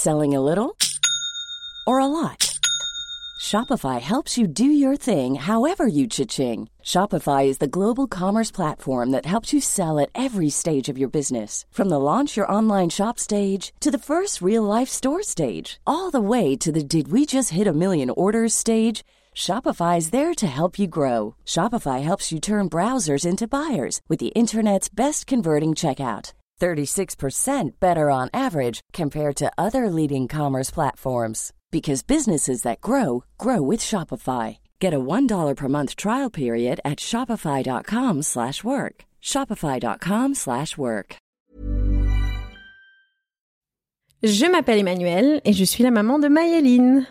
Selling a little or a lot? Shopify helps you do your thing however you cha-ching. Shopify is the global commerce platform that helps you sell at every stage of your business. From the launch your online shop stage to the first real-life store stage, all the way to the did we just hit a million orders stage. Shopify is there to help you grow. Shopify helps you turn browsers into buyers with the internet's best converting checkout. 36% better on average compared to other leading commerce platforms. Because businesses that grow, grow with Shopify. Get a $1 per month trial period at shopify.com/work. Shopify.com/work. Je m'appelle Emmanuelle et je suis la maman de Maëline.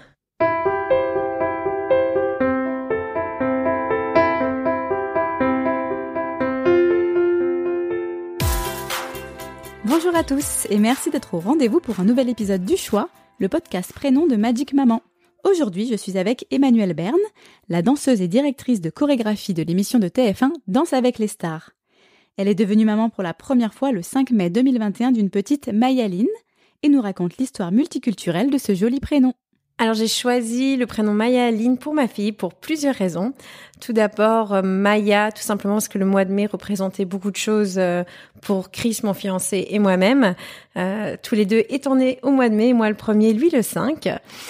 Bonjour à tous et merci d'être au rendez-vous pour un nouvel épisode du Choix, le podcast prénom de Magic Maman. Aujourd'hui, je suis avec Emmanuelle Berne, la danseuse et directrice de chorégraphie de l'émission de TF1 Danse avec les stars. Elle est devenue maman pour la première fois le 5 mai 2021 d'une petite Mayaline et nous raconte l'histoire multiculturelle de ce joli prénom. Alors j'ai choisi le prénom Mayaline pour ma fille pour plusieurs raisons. Tout d'abord, Maya, tout simplement parce que le mois de mai représentait beaucoup de choses pour Chris, mon fiancé, et moi-même. Tous les deux étant nés au mois de mai, moi le 1er, lui le 5.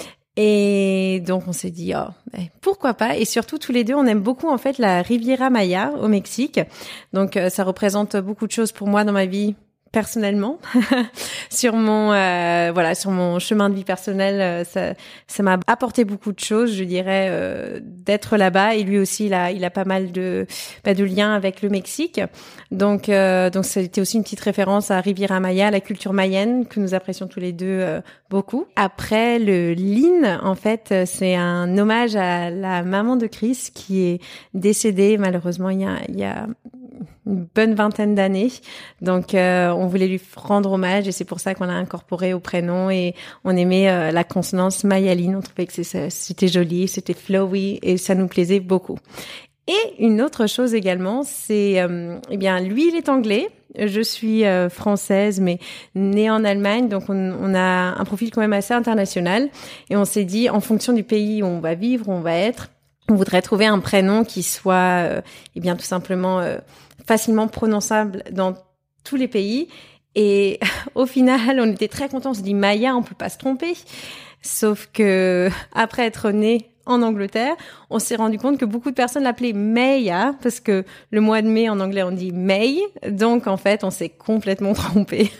Et donc on s'est dit pourquoi pas, et surtout tous les deux on aime beaucoup en fait la Riviera Maya au Mexique. Donc ça représente beaucoup de choses pour moi dans ma vie personnellement. sur mon chemin de vie personnel, ça m'a apporté beaucoup de choses, je dirais, d'être là-bas, et lui aussi il a pas mal de liens avec le Mexique. Donc c'était aussi une petite référence à Riviera Maya, la culture mayenne que nous apprécions tous les deux beaucoup. Après, le Lynn, en fait, c'est un hommage à la maman de Chris qui est décédée malheureusement il y a une bonne vingtaine d'années. Donc on voulait lui rendre hommage et c'est pour ça qu'on l'a incorporé au prénom, et on aimait la consonance Mayaline. On trouvait que c'était joli, c'était flowy et ça nous plaisait beaucoup. Et une autre chose également, c'est lui il est anglais, je suis française mais née en Allemagne, donc on a un profil quand même assez international, et on s'est dit en fonction du pays où on va vivre, où on va être, on voudrait trouver un prénom qui soit tout simplement facilement prononçable dans tous les pays. Et au final, on était très contents. On se dit Maya, on peut pas se tromper. Sauf que après être né en Angleterre, on s'est rendu compte que beaucoup de personnes l'appelaient Maya, parce que le mois de mai en anglais on dit May. Donc en fait, on s'est complètement trompé.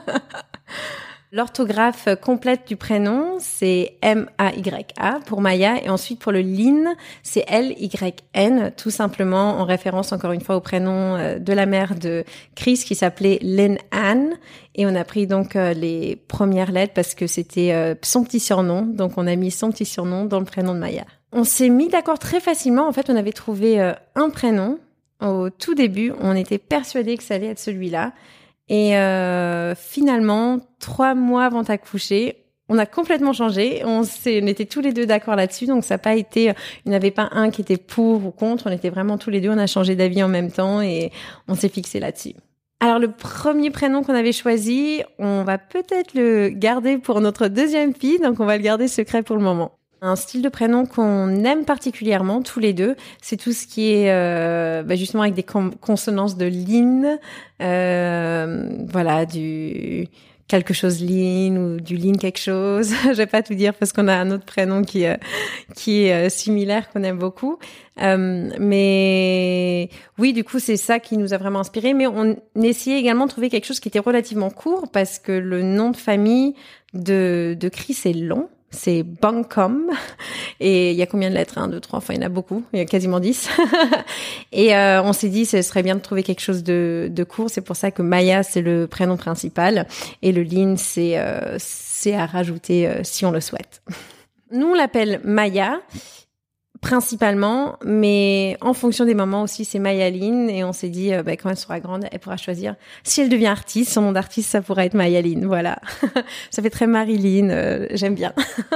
L'orthographe complète du prénom, c'est M-A-Y-A pour Maya, et ensuite pour le Lynn, c'est L-Y-N, tout simplement en référence encore une fois au prénom de la mère de Chris qui s'appelait Lynn Anne, et on a pris donc les premières lettres parce que c'était son petit surnom, donc on a mis son petit surnom dans le prénom de Maya. On s'est mis d'accord très facilement, en fait on avait trouvé un prénom au tout début, on était persuadés que ça allait être celui-là. Et finalement, 3 mois avant d'accoucher, on a complètement changé. On était tous les deux d'accord là-dessus, donc ça n'a pas été, il n'y avait pas un qui était pour ou contre. On était vraiment tous les deux. On a changé d'avis en même temps et on s'est fixé là-dessus. Alors le premier prénom qu'on avait choisi, on va peut-être le garder pour notre deuxième fille, donc on va le garder secret pour le moment. Un style de prénom qu'on aime particulièrement tous les deux, c'est tout ce qui est justement avec des consonances de Lynn, du quelque chose Lynn ou du Lynn quelque chose. Je vais pas tout dire parce qu'on a un autre prénom qui est similaire, qu'on aime beaucoup. Mais oui, du coup, c'est ça qui nous a vraiment inspiré. Mais on essayait également de trouver quelque chose qui était relativement court parce que le nom de famille de Chris est long. C'est Buncombe. Et il y a combien de lettres? 1, 2, 3, enfin il y en a beaucoup. Il y a quasiment 10. Et on s'est dit ce serait bien de trouver quelque chose de court. C'est pour ça que Maya, c'est le prénom principal. Et le Lynn, c'est à rajouter si on le souhaite. Nous, on l'appelle Maya, principalement, mais en fonction des moments aussi, c'est Mayaline. Et on s'est dit, quand elle sera grande, elle pourra choisir. Si elle devient artiste, son nom d'artiste, ça pourra être Mayaline. Voilà. Ça fait très Marilyn. J'aime bien.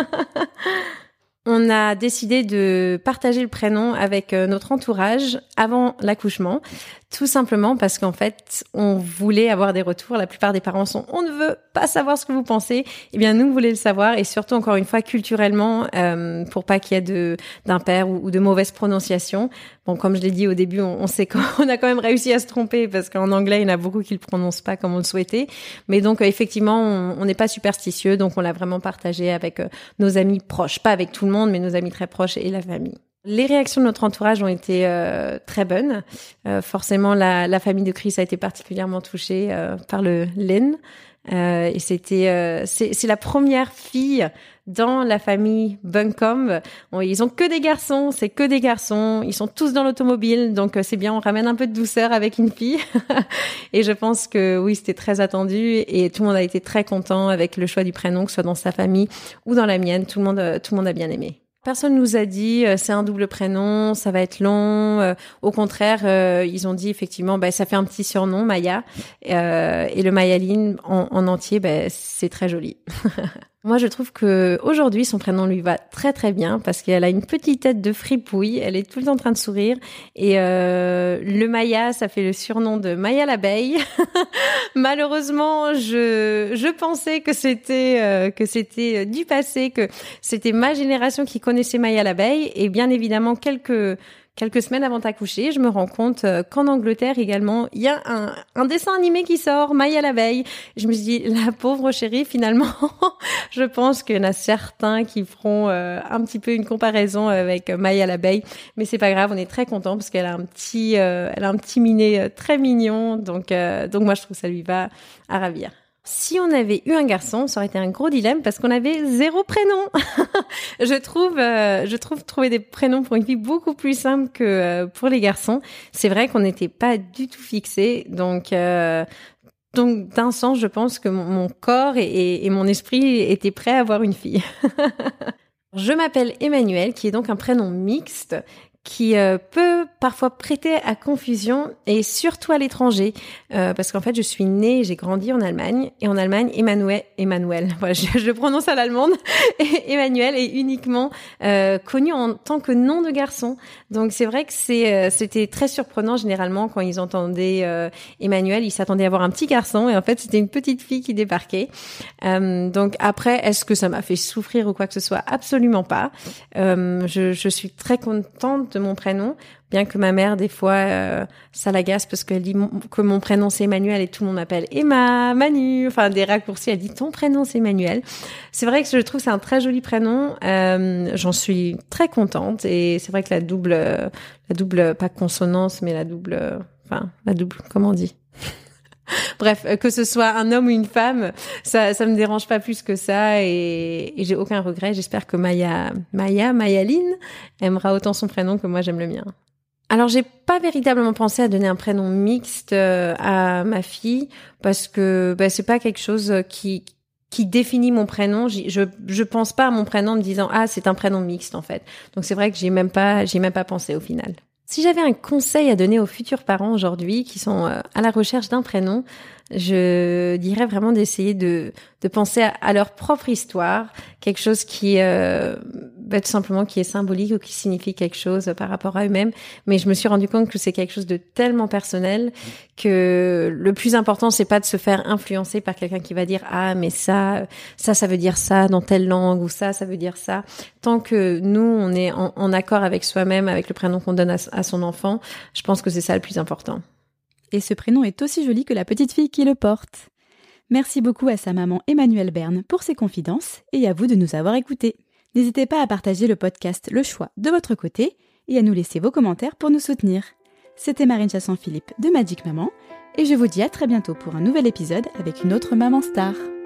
On a décidé de partager le prénom avec notre entourage avant l'accouchement. Tout simplement parce qu'en fait, on voulait avoir des retours. La plupart des parents sont « on ne veut pas savoir ce que vous pensez ». Eh bien, nous, on voulait le savoir et surtout, encore une fois, culturellement, pour pas qu'il y ait d'impair ou de mauvaise prononciation. Bon, comme je l'ai dit au début, on sait qu'on a quand même réussi à se tromper parce qu'en anglais, il y en a beaucoup qui le prononcent pas comme on le souhaitait. Mais donc, effectivement, on n'est pas superstitieux, donc on l'a vraiment partagé avec nos amis proches. Pas avec tout le monde, mais nos amis très proches et la famille. Les réactions de notre entourage ont été très bonnes. Forcément, la famille de Chris a été particulièrement touchée par le Lynn. Et c'est la première fille dans la famille Buncombe. Ils ont que des garçons, c'est que des garçons. Ils sont tous dans l'automobile, donc c'est bien, on ramène un peu de douceur avec une fille. Et je pense que oui, c'était très attendu et tout le monde a été très content avec le choix du prénom, que ce soit dans sa famille ou dans la mienne. Tout le monde a bien aimé. Personne nous a dit c'est un double prénom, ça va être long. Au contraire, ils ont dit effectivement, ça fait un petit surnom, Maya. Et le Mayaline en entier, c'est très joli. Moi, je trouve que aujourd'hui, son prénom lui va très très bien parce qu'elle a une petite tête de fripouille. Elle est tout le temps en train de sourire. Et le Maya, ça fait le surnom de Maya l'abeille. Malheureusement, je pensais que c'était du passé, que c'était ma génération qui connaissait Maya l'abeille. Et bien évidemment, quelques semaines avant d'accoucher, je me rends compte qu'en Angleterre également, il y a un dessin animé qui sort, Maya l'abeille. Je me suis dit, la pauvre chérie, finalement, je pense qu'il y en a certains qui feront un petit peu une comparaison avec Maya l'abeille. Mais c'est pas grave, on est très contents parce qu'elle a un petit minet très mignon. Donc moi, je trouve que ça lui va à ravir. Si on avait eu un garçon, ça aurait été un gros dilemme parce qu'on avait 0 prénom. Je trouve trouver des prénoms pour une fille beaucoup plus simple que pour les garçons. C'est vrai qu'on n'était pas du tout fixés. Donc d'un sens, je pense que mon corps et mon esprit étaient prêts à avoir une fille. Je m'appelle Emmanuelle, qui est donc un prénom mixte, qui peut parfois prêter à confusion et surtout à l'étranger parce qu'en fait je suis née, j'ai grandi en Allemagne et en Allemagne Emmanuel, voilà, je le prononce à l'allemande. Emmanuel est uniquement connu en tant que nom de garçon, donc c'est vrai que c'était très surprenant généralement quand ils entendaient Emmanuel, ils s'attendaient à voir un petit garçon et en fait c'était une petite fille qui débarquait. Donc après, est-ce que ça m'a fait souffrir ou quoi que ce soit? Absolument pas. Je suis très contente de mon prénom, bien que ma mère des fois ça l'agace parce qu'elle dit que mon prénom c'est Emmanuel et tout le monde m'appelle Emma, Manu, enfin des raccourcis. Elle dit ton prénom c'est Emmanuel. C'est vrai que je trouve que c'est un très joli prénom. J'en suis très contente et c'est vrai que la double pas consonance mais la double comment on dit? Bref, que ce soit un homme ou une femme, ça me dérange pas plus que ça et j'ai aucun regret. J'espère que Mayaline aimera autant son prénom que moi j'aime le mien. Alors, j'ai pas véritablement pensé à donner un prénom mixte à ma fille parce que c'est pas quelque chose qui définit mon prénom. Je pense pas à mon prénom en me disant c'est un prénom mixte en fait. Donc c'est vrai que j'y ai même pas pensé au final. Si j'avais un conseil à donner aux futurs parents aujourd'hui qui sont à la recherche d'un prénom, je dirais vraiment d'essayer de penser à leur propre histoire, quelque chose qui tout simplement qui est symbolique ou qui signifie quelque chose par rapport à eux-mêmes. Mais je me suis rendu compte que c'est quelque chose de tellement personnel que le plus important c'est pas de se faire influencer par quelqu'un qui va dire mais ça veut dire ça dans telle langue ou ça veut dire ça. Tant que nous on est en accord avec soi-même, avec le prénom qu'on donne à son enfant, je pense que c'est ça le plus important. Et ce prénom est aussi joli que la petite fille qui le porte. Merci beaucoup à sa maman Emmanuelle Berne pour ses confidences et à vous de nous avoir écoutés. N'hésitez pas à partager le podcast Le Choix de votre côté et à nous laisser vos commentaires pour nous soutenir. C'était Marine Chasson-Philippe de Magic Maman et je vous dis à très bientôt pour un nouvel épisode avec une autre maman star.